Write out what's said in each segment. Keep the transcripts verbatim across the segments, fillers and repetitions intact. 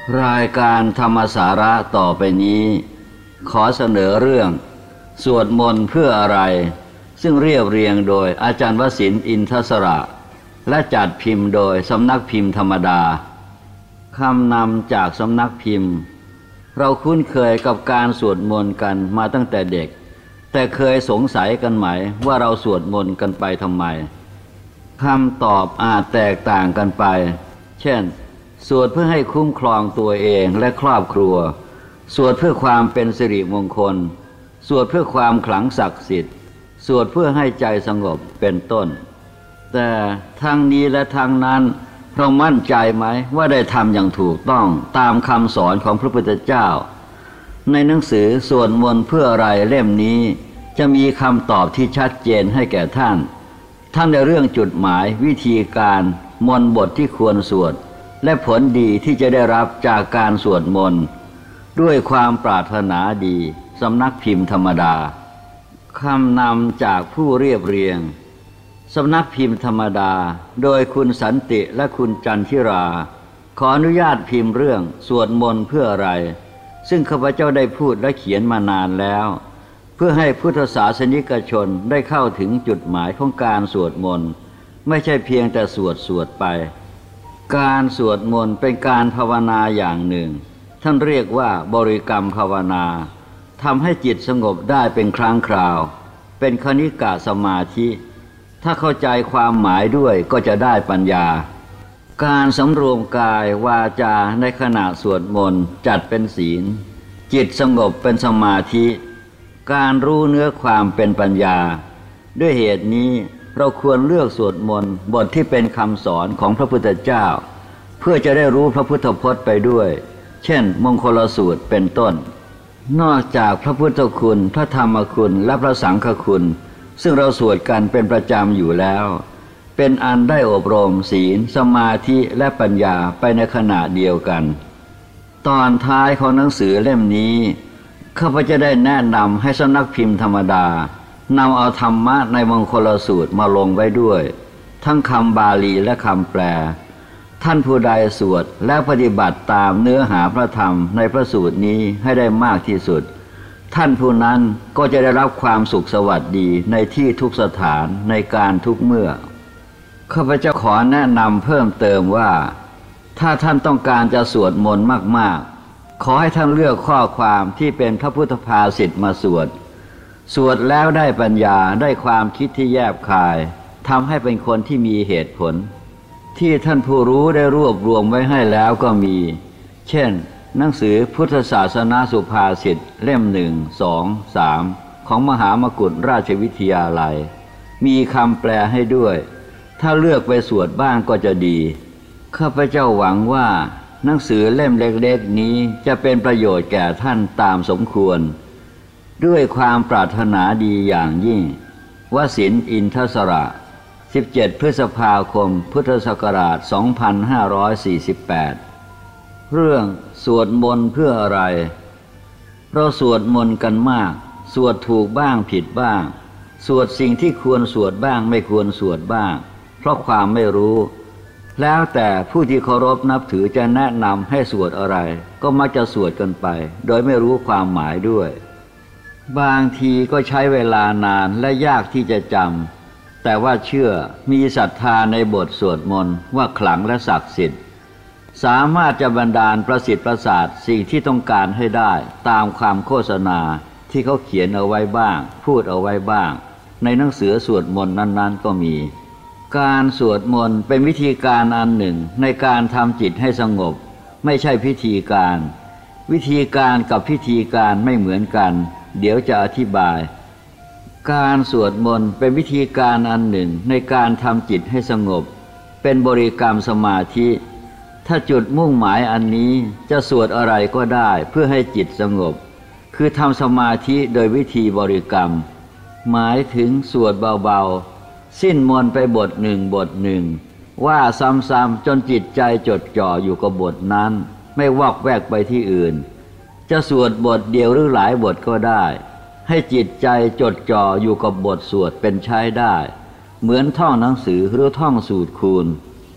รายการธรรมสาระต่อไปนี้ขอเสนอเรื่องสวดมนต์เพื่ออะไรซึ่งเรียบเรียงโดยอาจารย์วสินทร์อินทศระและจัดพิมพ์โดยสำนักพิมพ์ธรรมดาคำนำจากสำนักพิมพ์เราคุ้นเคยกับการสวดมนต์กันมาตั้งแต่เด็กแต่เคยสงสัยกันไหมว่าเราสวดมนต์กันไปทำไมคำตอบอาจแตกต่างกันไปเช่นสวดเพื่อให้คุ้มครองตัวเองและครอบครัวสวดเพื่อความเป็นสิริมงคลสวดเพื่อความขลังศักดิ์สิทธิ์สวดเพื่อให้ใจสงบเป็นต้นแต่ทั้งนี้และทั้งนั้นเรามั่นใจไหมว่าได้ทำอย่างถูกต้องตามคำสอนของพระพุทธเจ้าในหนังสือสวดมนต์เพื่ออะไรเล่มนี้จะมีคำตอบที่ชัดเจนให้แก่ท่านท่านในเรื่องจุดหมายวิธีการมนต์บทที่ควรสวดและผลดีที่จะได้รับจากการสวดมนต์ด้วยความปรารถนาดีสำนักพิมพ์ธรรมดาคำนำจากผู้เรียบเรียงสำนักพิมพ์ธรรมดาโดยคุณสันติและคุณจันทิราขออนุญาตพิมพ์เรื่องสวดมนต์เพื่ออะไรซึ่งข้าพเจ้าได้พูดและเขียนมานานแล้วเพื่อให้พุทธศาสนิกชนได้เข้าถึงจุดหมายของการสวดมนต์ไม่ใช่เพียงแต่สวดสวดไปการสวดมนต์เป็นการภาวนาอย่างหนึ่งท่านเรียกว่าบริกรรมภาวนาทำให้จิตสงบได้เป็นครั้งคราวเป็นคณิกะสมาธิถ้าเข้าใจความหมายด้วยก็จะได้ปัญญาการสำรวมกายวาจาในขณะสวดมนต์จัดเป็นศีลจิตสงบเป็นสมาธิการรู้เนื้อความเป็นปัญญาด้วยเหตุนี้เราควรเลือกสวดมนต์บทที่เป็นคำสอนของพระพุทธเจ้าเพื่อจะได้รู้พระพุทธพจน์ไปด้วยเช่นมงคลสูตรเป็นต้นนอกจากพระพุทธคุณพระธรรมคุณและพระสังฆคุณซึ่งเราสวดกันเป็นประจำอยู่แล้วเป็นอันได้อบรมศีลสมาธิและปัญญาไปในขณะเดียวกันตอนท้ายของหนังสือเล่มนี้ข้าพเจ้าได้แนะนำให้สำนักพิมพ์ธรรมดานำเอาธรรมะในมงคลสูตรมาลงไว้ด้วยทั้งคำบาลีและคำแปลท่านผู้ใดสวดและปฏิบัติตามเนื้อหาพระธรรมในพระสูตรนี้ให้ได้มากที่สุดท่านผู้นั้นก็จะได้รับความสุขสวัสดีในที่ทุกสถานในการทุกเมื่อข้าพเจ้าขอแนะนำเพิ่มเติมว่าถ้าท่านต้องการจะสวดมนต์มากๆขอให้ท่านเลือกข้อความที่เป็นพระพุทธภาษิตมาสวดสวดแล้วได้ปัญญาได้ความคิดที่แยบคายทำให้เป็นคนที่มีเหตุผลที่ท่านผู้รู้ได้รวบรวมไว้ให้แล้วก็มีเช่นหนังสือพุทธศาสนาสุภาษิตเล่มหนึ่งสองสามของมหามกุฏราชวิทยาลัยมีคำแปลให้ด้วยถ้าเลือกไปสวดบ้างก็จะดีข้าพเจ้าหวังว่าหนังสือเล่มเล็กๆนี้จะเป็นประโยชน์แก่ท่านตามสมควรด้วยความปรารถนาดีอย่างยิ่งวสินทร์อินทศระสิบเจ็ดพฤษภาคมพุทธศักราชสองพันห้าร้อยสี่สิบแปดเรื่องสวดมนต์เพื่ออะไรเราสวดมนต์กันมากสวดถูกบ้างผิดบ้างสวดสิ่งที่ควรสวดบ้างไม่ควรสวดบ้างเพราะความไม่รู้แล้วแต่ผู้ที่เคารพนับถือจะแนะนำให้สวดอะไรก็มักจะสวดกันไปโดยไม่รู้ความหมายด้วยบางทีก็ใช้เวลานานและยากที่จะจำแต่ว่าเชื่อมีศรัทธาในบทสวดมนต์ว่าขลังและศักดิ์สิทธิ์สามารถจะบันดาลประสิทธิ์ประสาทสิ่งที่ต้องการให้ได้ตามความโฆษณาที่เขาเขียนเอาไว้บ้างพูดเอาไว้บ้างในหนังสือสวดมนต์นั้นๆก็มีการสวดมนต์เป็นวิธีการอันหนึ่งในการทำจิตให้สงบไม่ใช่พิธีการวิธีการกับพิธีการไม่เหมือนกันเดี๋ยวจะอธิบายการสวดมนต์เป็นวิธีการอันหนึ่งในการทำจิตให้สงบเป็นบริกรรมสมาธิถ้าจุดมุ่งหมายอันนี้จะสวดอะไรก็ได้เพื่อให้จิตสงบคือทำสมาธิโดยวิธีบริกรรมหมายถึงสวดเบาๆสิ้นมนต์ไปบทหนึ่งบทหนึ่งว่าซ้ำๆจนจิตใจจดจ่ออยู่กับบทนั้นไม่วอกแวกไปที่อื่นจะสวดบทเดียวหรือหลายบทก็ได้ให้จิตใจจดจ่ออยู่กับบทสวดเป็นใช้ได้เหมือนท่องหนังสือหรือท่องสูตรคูณ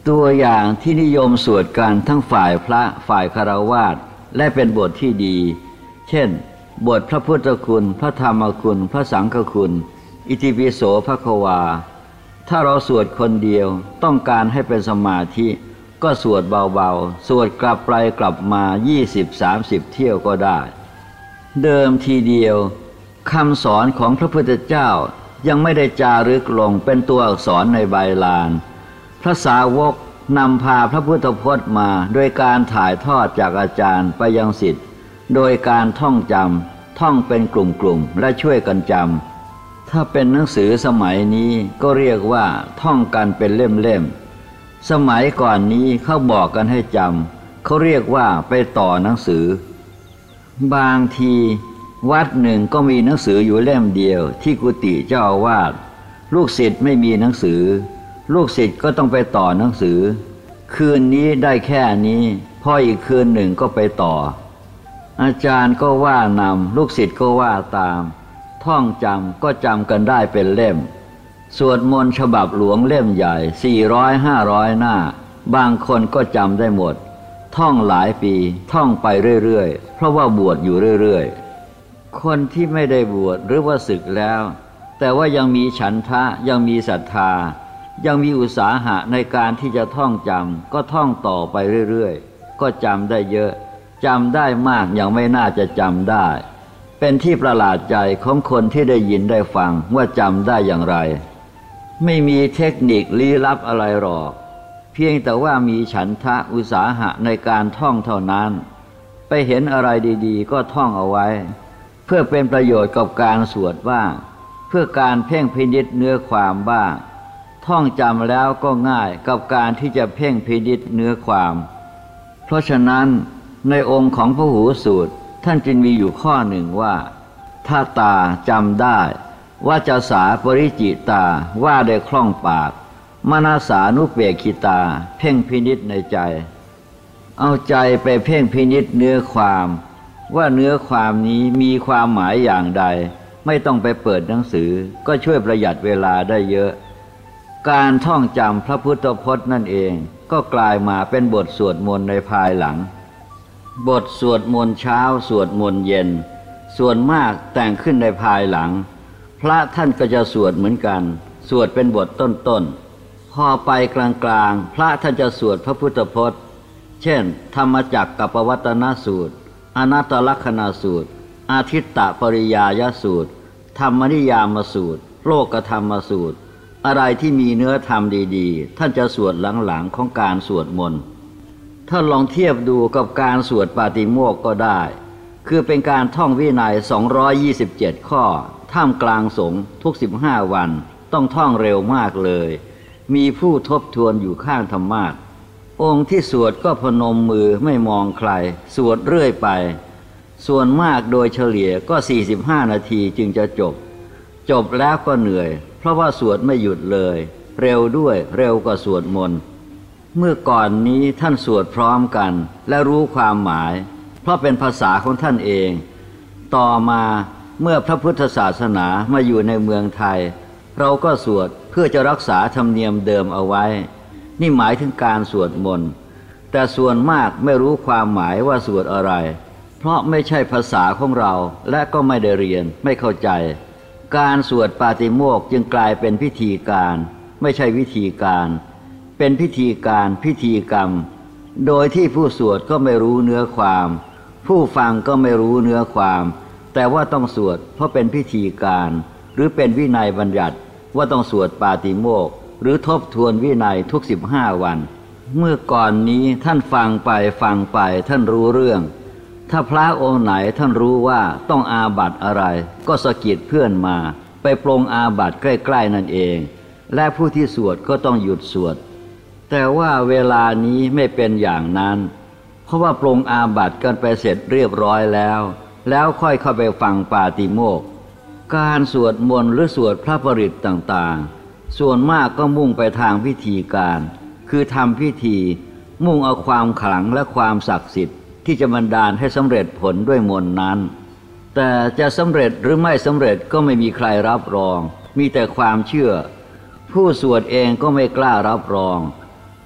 ตัวอย่างที่นิยมสวดกันทั้งฝ่ายพระฝ่ายฆราวาสและเป็นบทที่ดีเช่นบทพระพุทธคุณพระธรรมคุณพระสังฆคุณอิติปิโสภควาถ้าเราสวดคนเดียวต้องการให้เป็นสมาธิก็สวดเบาๆสวดกลับไปกลับมา ยี่สิบถึงสามสิบ เที่ยวก็ได้เดิมทีเดียวคำสอนของพระพุทธเจ้ายังไม่ได้จารึกลงเป็นตัวอักษรในใบลานพระสาวกนำพาพระพุทธพจน์มาโดยการถ่ายทอดจากอาจารย์ไปยังศิษย์โดยการท่องจำท่องเป็นกลุ่มๆและช่วยกันจำถ้าเป็นหนังสือสมัยนี้ก็เรียกว่าท่องกันเป็นเล่มๆสมัยก่อนนี้เขาบอกกันให้จำเขาเรียกว่าไปต่อหนังสือบางทีวัดหนึ่งก็มีหนังสืออยู่เล่มเดียวที่กุฏิเจ้าอาวาสลูกศิษย์ไม่มีหนังสือลูกศิษย์ก็ต้องไปต่อหนังสือคืนนี้ได้แค่นี้พออีกคืนหนึ่งก็ไปต่ออาจารย์ก็ว่านำลูกศิษย์ก็ว่าตามท่องจำก็จำกันได้เป็นเล่มสวดมนต์ฉบับหลวงเล่มใหญ่สี่ร้อยห้าร้อยหน้าบางคนก็จำได้หมดท่องหลายปีท่องไปเรื่อยๆเพราะว่าบวชอยู่เรื่อยๆคนที่ไม่ได้บวชหรือว่าศึกแล้วแต่ว่ายังมีฉันทะยังมีศรัทธายังมีอุตสาหะในการที่จะท่องจำก็ท่องต่อไปเรื่อยๆก็จำได้เยอะจำได้มากยังไม่น่าจะจำได้เป็นที่ประหลาดใจของคนที่ได้ยินได้ฟังว่าจำได้อย่างไรไม่มีเทคนิคลี้ลับอะไรหรอกเพียงแต่ว่ามีฉันทะอุตสาหะในการท่องเท่านั้นไปเห็นอะไรดีๆก็ท่องเอาไว้เพื่อเป็นประโยชน์กับการสวดบ้างเพื่อการเพ่งพินิจเนื้อความบ้างท่องจำแล้วก็ง่ายกับการที่จะเพ่งพินิจเนื้อความเพราะฉะนั้นในองค์ของพหูสูตรท่านจึงมีอยู่ข้อหนึ่งว่าถ้าตาจำได้วาจาสาปริจิตาว่าได้คล่องปากมนาสานุเปกขิตาเพ่งพินิจในใจเอาใจไปเพ่งพินิจเนื้อความว่าเนื้อความนี้มีความหมายอย่างใดไม่ต้องไปเปิดหนังสือก็ช่วยประหยัดเวลาได้เยอะการท่องจำพระพุทธพจน์นั่นเองก็กลายมาเป็นบทสวดมนต์ในภายหลังบทสวดมนต์เช้าสวดมนต์เย็นส่วนมากแต่งขึ้นในภายหลังพระท่านก็จะสวดเหมือนกันสวดเป็นบทต้นๆพอไปกลางๆพระท่านจะสวดพระพุทธพจน์เช่นธรรมจักรกับปวัตตนสูตรอนัตตลักษณสูตรอาทิตตปริยายสูตรธรรมนิยามสูตรโลกธรรมสูตรอะไรที่มีเนื้อธรรมดีๆท่านจะสวดหลังๆของการสวดมนต์ถ้าลองเทียบดูกับการสวดปาติโมกข์ก็ได้คือเป็นการท่องวินัยสองร้อยยี่สิบเจ็ดข้อท่ามกลางสงฆ์ทุกสิบห้าวันต้องท่องเร็วมากเลยมีผู้ทบทวนอยู่ข้างธรรมาสน์องค์ที่สวดก็พนมมือไม่มองใครสวดเรื่อยไปส่วนมากโดยเฉลี่ยก็สี่สิบห้านาทีจึงจะจบจบแล้วก็เหนื่อยเพราะว่าสวดไม่หยุดเลยเร็วด้วยเร็วกว่าสวดมนต์เมื่อก่อนนี้ท่านสวดพร้อมกันและรู้ความหมายเพราะเป็นภาษาของท่านเองต่อมาเมื่อพระพุทธศาสนามาอยู่ในเมืองไทยเราก็สวดเพื่อจะรักษาธรรมเนียมเดิมเอาไว้นี่หมายถึงการสวดมนต์แต่ส่วนมากไม่รู้ความหมายว่าสวดอะไรเพราะไม่ใช่ภาษาของเราและก็ไม่ได้เรียนไม่เข้าใจการสวดปาติโมกข์จึงกลายเป็นพิธีการไม่ใช่วิธีการเป็นพิธีการพิธีกรรมโดยที่ผู้สวดก็ไม่รู้เนื้อความผู้ฟังก็ไม่รู้เนื้อความแต่ว่าต้องสวดเพราะเป็นพิธีการหรือเป็นวินัยบัญญัติว่าต้องสวดปาติโมกข์หรือทบทวนวินัยทุกสิบห้าวันเมื่อก่อนนี้ท่านฟังไปฟังไปท่านรู้เรื่องถ้าพระองค์ไหนท่านรู้ว่าต้องอาบัติอะไรก็สะกิดเพื่อนมาไปปรงอาบัติใกล้ๆนั่นเองและผู้ที่สวดก็ต้องหยุดสวดแต่ว่าเวลานี้ไม่เป็นอย่างนั้นเพราะว่าปรงอาบัติกันไปเสร็จเรียบร้อยแล้วแล้วค่อยเข้าไปฟังปาติโมกข์การสวดมนต์หรือสวดพระปริตต่างๆส่วนมากก็มุ่งไปทางพิธีการคือทำพิธีมุ่งเอาความขลังและความศักดิ์สิทธิ์ที่จะบันดาลให้สำเร็จผลด้วยมนต์นั้นแต่จะสำเร็จหรือไม่สำเร็จก็ไม่มีใครรับรองมีแต่ความเชื่อผู้สวดเองก็ไม่กล้ารับรอง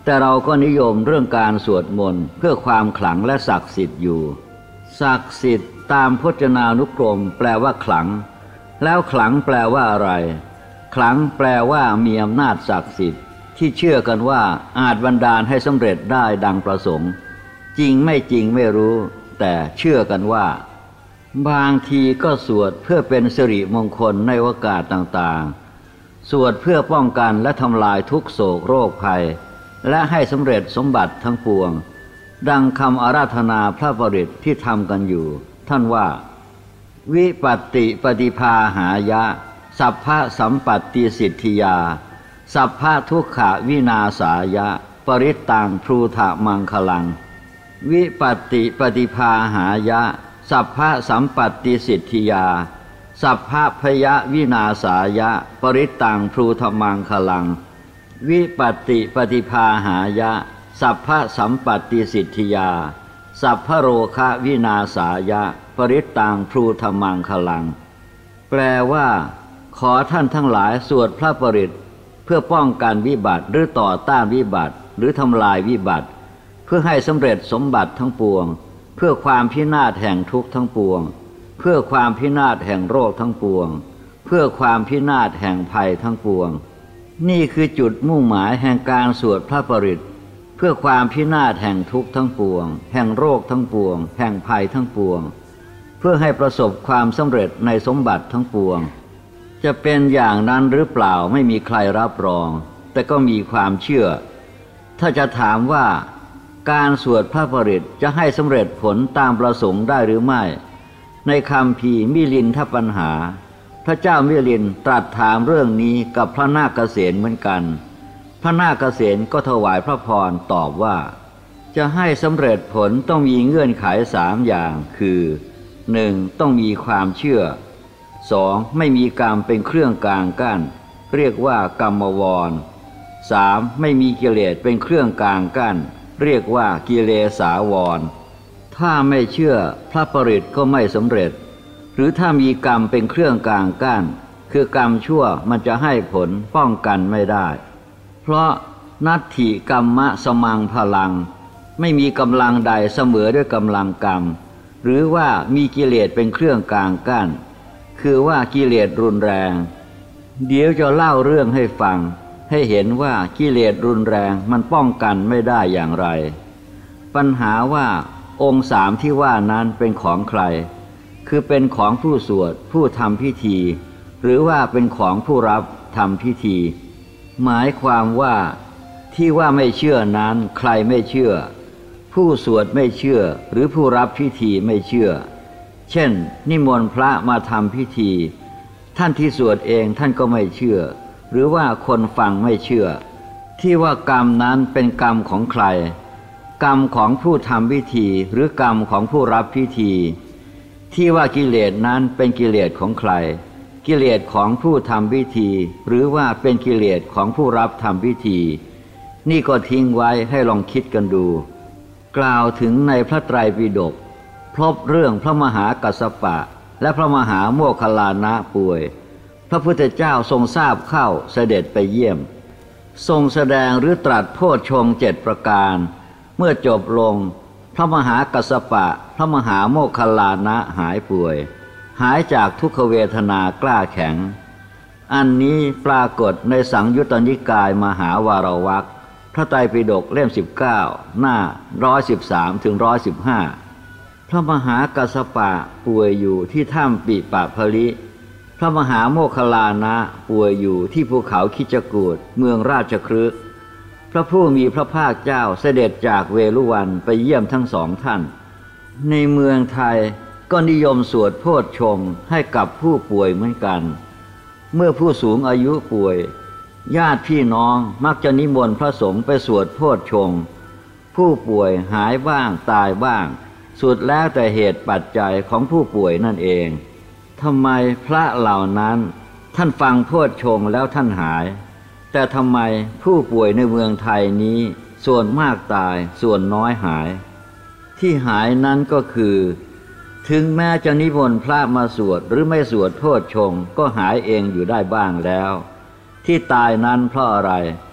แต่เราก็นิยมเรื่องการสวดมนต์เพื่อความขลังและศักดิ์สิทธิ์อยู่ศักดิ์สิทธิ์ตามพจนานุกรมแปลว่าขลังแล้วขลังแปลว่าอะไรขลังแปลว่ามีอำนาจศักดิ์สิทธิ์ที่เชื่อกันว่าอาจบันดาลให้สำเร็จได้ดังประสงค์จริงไม่จริงไม่รู้แต่เชื่อกันว่าบางทีก็สวดเพื่อเป็นสิริมงคลในโอกาสต่างๆสวดเพื่อป้องกันและทำลายทุกโศกโรคภัยและให้สำเร็จสมบัติทั้งปวงดังคำอาราธนาพระบริตรที่ทำกันอยู่ท่านว่าวิปัตติปฏิภาหายะสัพพะสัมปัตติสิทธิยาสัพพะทุกขวินาศายะปริตตังพรูธมังคลังวิปัตติปฏิภาหายะสัพพะสัมปัตติสิทธิยาสัพพะพยวินาศายะปริตตังพรูธมังคลังวิปัตติปฏิภาหายะสัพพะสัมปัตติสิทธิยาสัพพะโรคะวินาศายะปริตตังพรูธมังคลังแปลว่าขอท่านทั้งหลายสวดพระปริตรเพื่อป้องกันวิบัติหรือต่อต้านวิบัติหรือทำลายวิบัติเพื่อให้สำเร็จสมบัติทั้งปวงเพื่อความพินาศแห่งทุกข์ทั้งปวงเพื่อความพินาศแห่งโรคทั้งปวงเพื่อความพินาศแห่งภัยทั้งปวงนี่คือจุดมุ่งหมายแห่งการสวดพระปริตรเพื่อความพินาศแห่งทุกข์ทั้งปวงแห่งโรคทั้งปวงแห่งภัยทั้งปวงเพื่อให้ประสบความสำเร็จในสมบัติทั้งปวงจะเป็นอย่างนั้นหรือเปล่าไม่มีใครรับรองแต่ก็มีความเชื่อถ้าจะถามว่าการสวดพระปริตรจะให้สำเร็จผลตามประสงค์ได้หรือไม่ในคัมภีร์มิลินทปัญหาพระเจ้ามิลินตรัสถามเรื่องนี้กับพระนาคเษนเหมือนกันพระนาคเษนก็ถวายพระพรตอบว่าจะให้สำเร็จผลต้องมีเงื่อนไขสามอย่างคือหนึ่งต้องมีความเชื่อสองไม่มีกรรมเป็นเครื่องกลางกั้นเรียกว่ากรรมวรสามไม่มีกิเลสเป็นเครื่องกลางกั้นเรียกว่ากิเลสาวรถ้าไม่เชื่อพระปริตรก็ไม่สำเร็จหรือถ้ามีกรรมเป็นเครื่องกลางกั้นคือกรรมชั่วมันจะให้ผลป้องกันไม่ได้เพราะนัตถิกัมมะสมังพลังไม่มีกำลังใดเสมอด้วยกำลังกรรมหรือว่ามีกิเลสเป็นเครื่องกลางกั้นคือว่ากิเลสรุนแรงเดี๋ยวจะเล่าเรื่องให้ฟังให้เห็นว่ากิเลสรุนแรงมันป้องกันไม่ได้อย่างไรปัญหาว่าองค์สามที่ว่านั้นเป็นของใครคือเป็นของผู้สวดผู้ทำพิธีหรือว่าเป็นของผู้รับทำพิธีหมายความว่าที่ว่าไม่เชื่อนั้นใครไม่เชื่อผู้สวดไม่เชื่อหรือผู้รับพิธีไม่เชื่อเช่นนิมนต์พระมาทำพิธีท่านที่สวดเองท่านก็ไม่เชื่อหรือว่าคนฟังไม่เชื่อที่ว่ากรรมนั้นเป็นกรรมของใครกรรมของผู้ทำพิธีหรือกรรมของผู้รับพิธีที่ว่ากิเลสนั้นเป็นกิเลสของใครกิเลสของผู้ทำพิธีหรือว่าเป็นกิเลสของผู้รับทำพิธีนี่ก็ทิ้งไว้ให้ลองคิดกันดูกล่าวถึงในพระไตรปิฎกพบเรื่องพระมหากัสสปะและพระมหาโมคคัลลานะป่วยพระพุทธเจ้าทรงทราบเข้าเสด็จไปเยี่ยมทรงแสดงหรือตรัสโพชฌงค์เจ็ดประการเมื่อจบลงพระมหากัสสปะพระมหาโมคคัลลานะหายป่วยหายจากทุกขเวทนากล้าแข็งอันนี้ปรากฏในสังยุตตนิกายมหาวารวรรคพระไตรปิฎกเล่มสิบเก้าหน้าร้อยสิบสามถึงร้อยสิบห้าพระมหากัสสปะป่วยอยู่ที่ถ้ำปิปะพลิพระมหาโมคคัลลานะป่วยอยู่ที่ภูเขาคิจกูฏเมืองราชคฤห์พระผู้มีพระภาคเจ้าเสด็จจากเวฬุวันไปเยี่ยมทั้งสองท่านในเมืองไทยก็นิยมสวดโพชฌงค์ให้กับผู้ป่วยเหมือนกันเมื่อผู้สูงอายุป่วยญาติพี่น้องมักจะนิมนต์พระสงฆ์ไปสวดโพชฌงค์ผู้ป่วยหายบ้างตายบ้างสุดแล้วแต่เหตุปัจจัยของผู้ป่วยนั่นเองทำไมพระเหล่านั้นท่านฟังโพชฌงค์แล้วท่านหายแต่ทำไมผู้ป่วยในเมืองไทยนี้ส่วนมากตายส่วนน้อยหายที่หายนั้นก็คือถึงแม้จะนิมนต์พระมาสวดหรือไม่สวดโพชฌงค์ก็หายเองอยู่ได้บ้างแล้วที่ตายนั้นเพราะอะไร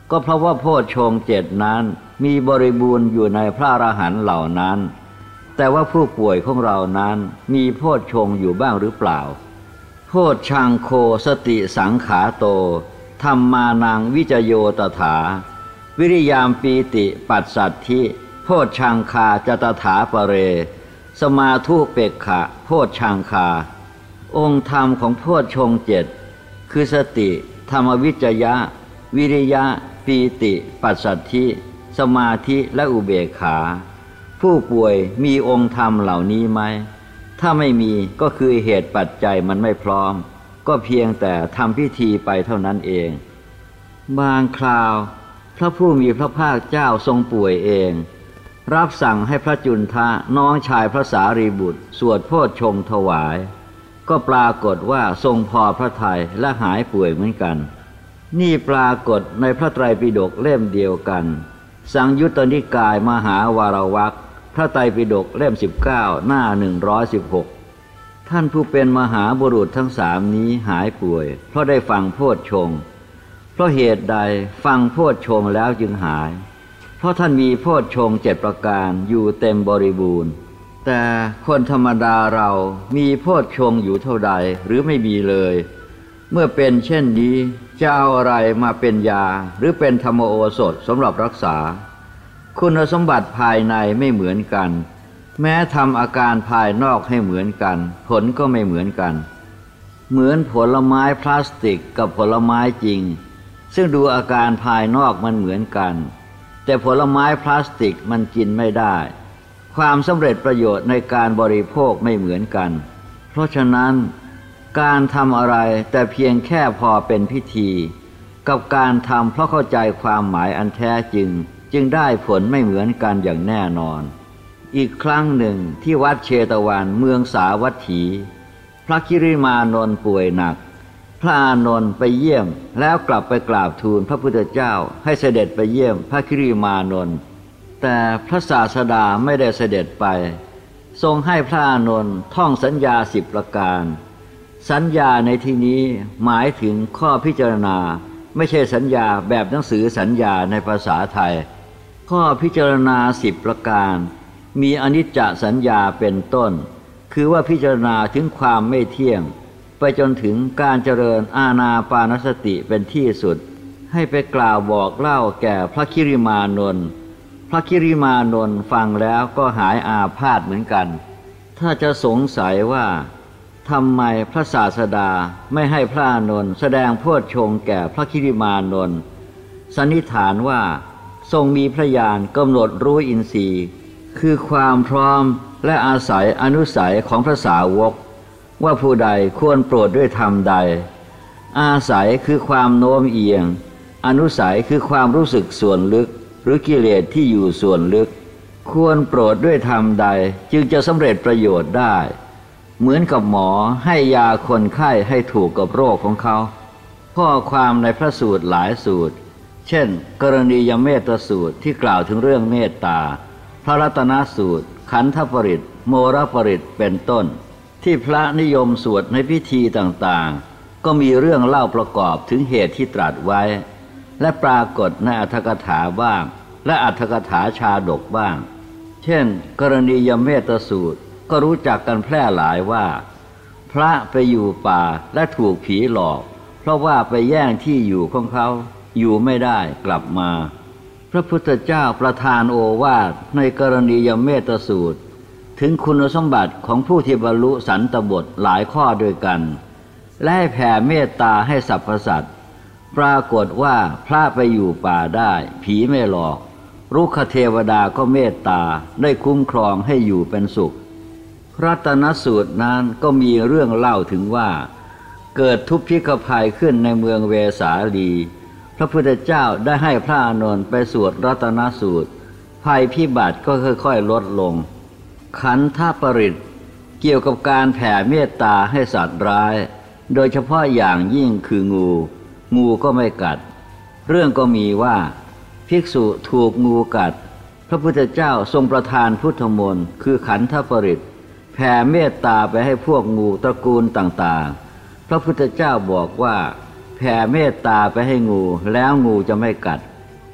ก็เพราะว่าโพชฌงค์เจ็ดนั้นมีบริบูรณ์อยู่ในพระอรหันต์เหล่านั้นแต่ว่าผู้ป่วยของเรานั้นมีโพชฌงค์อยู่บ้างหรือเปล่าโพชฌังโคสติสังขาโตธัมมานังวิจโยตถาวิริยามปีติปัสสัทธิโพชฌังคาจตถาปเรสมาธุเปกขะโพชฌังคาองค์ธรรมของโพชฌงค์เจ็ดคือสติธรรมวิจยะวิริยะปีติปัสสัทธิสมาธิและอุเบกขาผู้ป่วยมีองค์ธรรมเหล่านี้ไหมถ้าไม่มีก็คือเหตุปัจจัยมันไม่พร้อมก็เพียงแต่ทำพิธีไปเท่านั้นเองบางคราวพระผู้มีพระภาคเจ้าทรงป่วยเองรับสั่งให้พระจุนทะน้องชายพระสารีบุตรสวดโพชฌงค์ถวายก็ปรากฏว่าทรงพอพระทัยและหายป่วยเหมือนกันนี่ปรากฏในพระไตรปิฎกเล่มเดียวกันสังยุตตนิกายมหาวารวรรคพระไตรปิฎกเล่มสิบเก้าหน้าหนึ่งร้อยสิบหกท่านผู้เป็นมหาบุรุษทั้งสามนี้หายป่วยเพราะได้ฟังโพชฌงค์เพราะเหตุใดฟังโพชฌงค์แล้วจึงหายเพราะท่านมีโพชฌงค์เจ็ดประการอยู่เต็มบริบูรณ์แต่คนธรรมดาเรามีโพชฌงค์อยู่เท่าใดหรือไม่มีเลยเมื่อเป็นเช่นนี้จะเอาอะไรมาเป็นยาหรือเป็นธรรมโอสถสำหรับรักษาคุณสมบัติภายในไม่เหมือนกันแม้ทำอาการภายนอกให้เหมือนกันผลก็ไม่เหมือนกันเหมือนผลไม้พลาสติกกับผลไม้จริงซึ่งดูอาการภายนอกมันเหมือนกันแต่ผลไม้พลาสติกมันกินไม่ได้ความสำเร็จประโยชน์ในการบริโภคไม่เหมือนกันเพราะฉะนั้นการทำอะไรแต่เพียงแค่พอเป็นพิธีกับการทำเพราะเข้าใจความหมายอันแท้จริงจึงได้ผลไม่เหมือนกันอย่างแน่นอนอีกครั้งหนึ่งที่วัดเชตวันเมืองสาวัตถีพระคิริมานนท์ป่วยหนักพระอานนท์ไปเยี่ยมแล้วกลับไปกราบทูลพระพุทธเจ้าให้เสด็จไปเยี่ยมพระคิริมานนท์แต่พระศาสดาไม่ได้เสด็จไปทรงให้พระอานนท์ท่องสัญญาสิบประการสัญญาในที่นี้หมายถึงข้อพิจารณาไม่ใช่สัญญาแบบหนังสือสัญญาในภาษาไทยข้อพิจารณาสิบประการมีอนิจจสัญญาเป็นต้นคือว่าพิจารณาถึงความไม่เที่ยงไปจนถึงการเจริญอานาปานสติเป็นที่สุดให้ไปกล่าวบอกเล่าแก่พระคิริมานนท์พระคิริมานนท์ฟังแล้วก็หายอาพาธเหมือนกันถ้าจะสงสัยว่าทำไมพระศาสดาไม่ให้พระอานนท์แสดงโพชฌงค์แก่พระคิริมานนท์สันนิษฐานว่าทรงมีพระญาณกำหนดรู้อินทรีย์คือความพร้อมและอาศัยอนุสัยของพระสาวกว่าผู้ใดควรโปรดด้วยธรรมใดอาศัยคือความโน้มเอียงอนุสัยคือความรู้สึกส่วนลึกหรือกิเลสที่อยู่ส่วนลึกควรโปรดด้วยธรรมใดจึงจะสำเร็จประโยชน์ได้เหมือนกับหมอให้ยาคนไข้ให้ถูกกับโรคของเขาข้อความในพระสูตรหลายสูตรเช่นกรณียเมตสูตรที่กล่าวถึงเรื่องเมตตาพระรัตนสูตรขันธปริตโมรปริตเป็นต้นที่พระนิยมสวดในพิธีต่างๆก็มีเรื่องเล่าประกอบถึงเหตุที่ตรัสไว้และปรากฏในอรรถกถาบ้างและอรรถกถาชาดกบ้างเช่นกรณียเมตสูตรก็รู้จักกันแพร่หลายว่าพระไปอยู่ป่าและถูกผีหลอกเพราะว่าไปแย่งที่อยู่ของเขาอยู่ไม่ได้กลับมาพระพุทธเจ้าประทานโอวาทในกรณียเมตสูตรถึงคุณสมบัติของผู้ที่บรรลุสันตบทหลายข้อด้วยกันและให้แผ่เมตตาให้สรรพสัตว์ปรากฏว่าพระไปอยู่ป่าได้ผีไม่หลอกรุกขเทวดาก็เมตตาได้คุ้มครองให้อยู่เป็นสุขรัตนสูตรนั้นก็มีเรื่องเล่าถึงว่าเกิดทุพพิฆภัยขึ้นในเมืองเวสาลีพระพุทธเจ้าได้ให้พระอานนท์ไปสวดรัตนสูตรภัยพิบัติก็ค่อยๆลดลงขันธปริตเกี่ยวกับการแผ่เมตตาให้สัตว์ร้ายโดยเฉพาะอย่างยิ่งคืองูงูก็ไม่กัดเรื่องก็มีว่าภิกษุถูกงูกัดพระพุทธเจ้าทรงประทานพุทธมนต์คือขันธปริตแผ่เมตตาไปให้พวกงูตระกูลต่างๆพระพุทธเจ้าบอกว่าแผ่เมตตาไปให้งูแล้วงูจะไม่กัด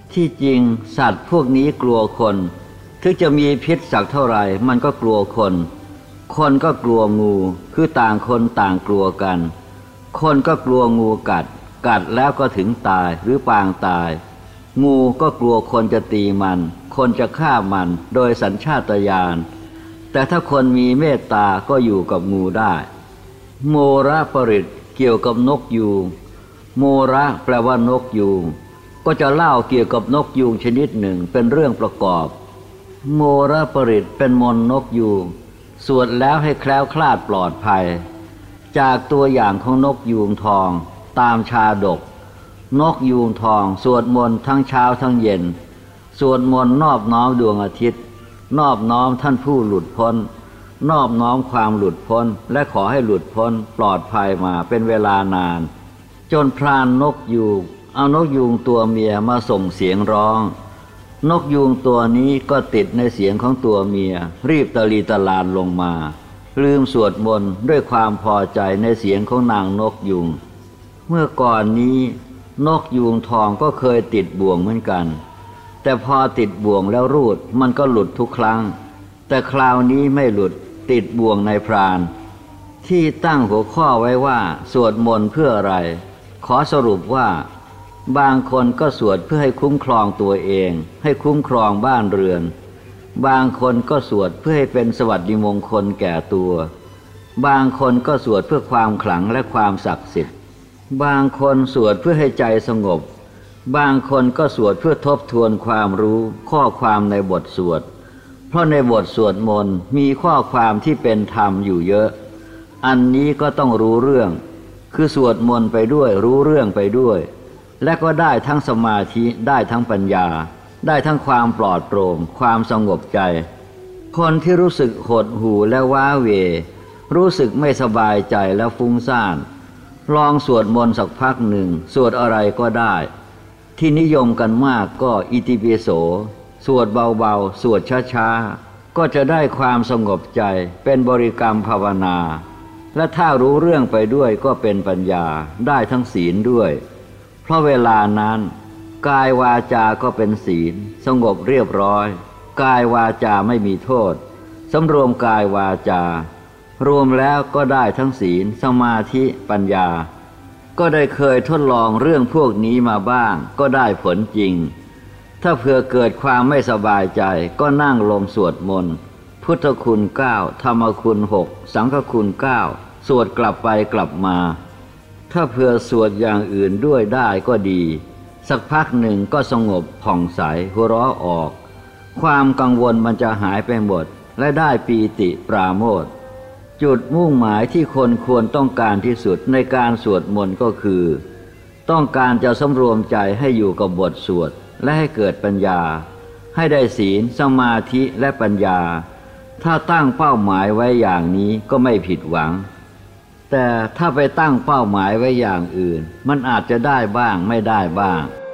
ที่จริงสัตว์พวกนี้กลัวคนถึงจะมีพิษสักเท่าไหร่มันก็กลัวคนคนก็กลัวงูคือต่างคนต่างกลัวกันคนก็กลัวงูกัดกัดแล้วก็ถึงตายหรือปางตายงูก็กลัวคนจะตีมันคนจะฆ่ามันโดยสัญชาตญาณแต่ถ้าคนมีเมตตาก็อยู่กับงูได้โมระปริตเกี่ยวกับนกยูงโมระแปลว่านกยูงก็จะเล่าเกี่ยวกับนกยูงชนิดหนึ่งเป็นเรื่องประกอบโมระปริตเป็นมนต์นกยูงสวดแล้วให้แคล้วคลาดปลอดภัยจากตัวอย่างของนกยูงทองตามชาดกนกยูงทองสวดมนต์ทั้งเช้าทั้งเย็นสวดมนต์นอบน้อมดวงอาทิตย์นอบน้อมท่านผู้หลุดพ้นนอบน้อมความหลุดพ้นและขอให้หลุดพ้นปลอดภัยมาเป็นเวลานานจนพรานนกยูงเอานกยูงตัวเมียมาส่งเสียงร้องนกยูงตัวนี้ก็ติดในเสียงของตัวเมียรีบตะลีตะลานลงมาลืมสวดมนต์ด้วยความพอใจในเสียงของนางนกยูงเมื่อก่อนนี้นกยูงทองก็เคยติดบ่วงเหมือนกันแต่พอติดบ่วงแล้วรูดมันก็หลุดทุกครั้งแต่คราวนี้ไม่หลุดติดบ่วงในพรานที่ตั้งหัวข้อไว้ว่าสวดมนต์เพื่ออะไรขอสรุปว่าบางคนก็สวดเพื่อให้คุ้มครองตัวเองให้คุ้มครองบ้านเรือนบางคนก็สวดเพื่อให้เป็นสวัสดิมงคลแก่ตัวบางคนก็สวดเพื่อความขลังและความศักดิ์สิทธิ์บางคนสวดเพื่อให้ใจสงบบางคนก็สวดเพื่อทบทวนความรู้ข้อความในบทสวดเพราะในบทสวดมนต์มีข้อความที่เป็นธรรมอยู่เยอะอันนี้ก็ต้องรู้เรื่องคือสวดมนต์ไปด้วยรู้เรื่องไปด้วยและก็ได้ทั้งสมาธิได้ทั้งปัญญาได้ทั้งความปลอดโปร่งความสงบใจคนที่รู้สึกหดหู่และว้าเหวรู้สึกไม่สบายใจและฟุ้งซ่านลองสวดมนต์สักพักหนึ่งสวดอะไรก็ได้ที่นิยมกันมากก็อิติปิโสสวดเบาๆสวดช้าๆก็จะได้ความสงบใจเป็นบริกรรมภาวนาและถ้ารู้เรื่องไปด้วยก็เป็นปัญญาได้ทั้งศีลด้วยเพราะเวลานั้นกายวาจาก็เป็นศีลสงบเรียบร้อยกายวาจาไม่มีโทษสำรวมกายวาจารวมแล้วก็ได้ทั้งศีลสมาธิปัญญาก็ได้เคยทดลองเรื่องพวกนี้มาบ้างก็ได้ผลจริงถ้าเผื่อเกิดความไม่สบายใจก็นั่งลงสวดมนต์พุทธคุณเก้าธรรมคุณหกสังฆคุณเก้าสวดกลับไปกลับมาถ้าเผื่อสวดอย่างอื่นด้วยได้ก็ดีสักพักหนึ่งก็สงบผ่องใสหัวเราะออกความกังวลมันจะหายไปหมดและได้ปีติปราโมทย์จุดมุ่งหมายที่คนควรต้องการที่สุดในการสวดมนต์ก็คือต้องการจะสำรวมใจให้อยู่กับบทสวดและให้เกิดปัญญาให้ได้ศีลสมาธิและปัญญาถ้าตั้งเป้าหมายไว้อย่างนี้ก็ไม่ผิดหวังแต่ถ้าไปตั้งเป้าหมายไว้อย่างอื่นมันอาจจะได้บ้างไม่ได้บ้าง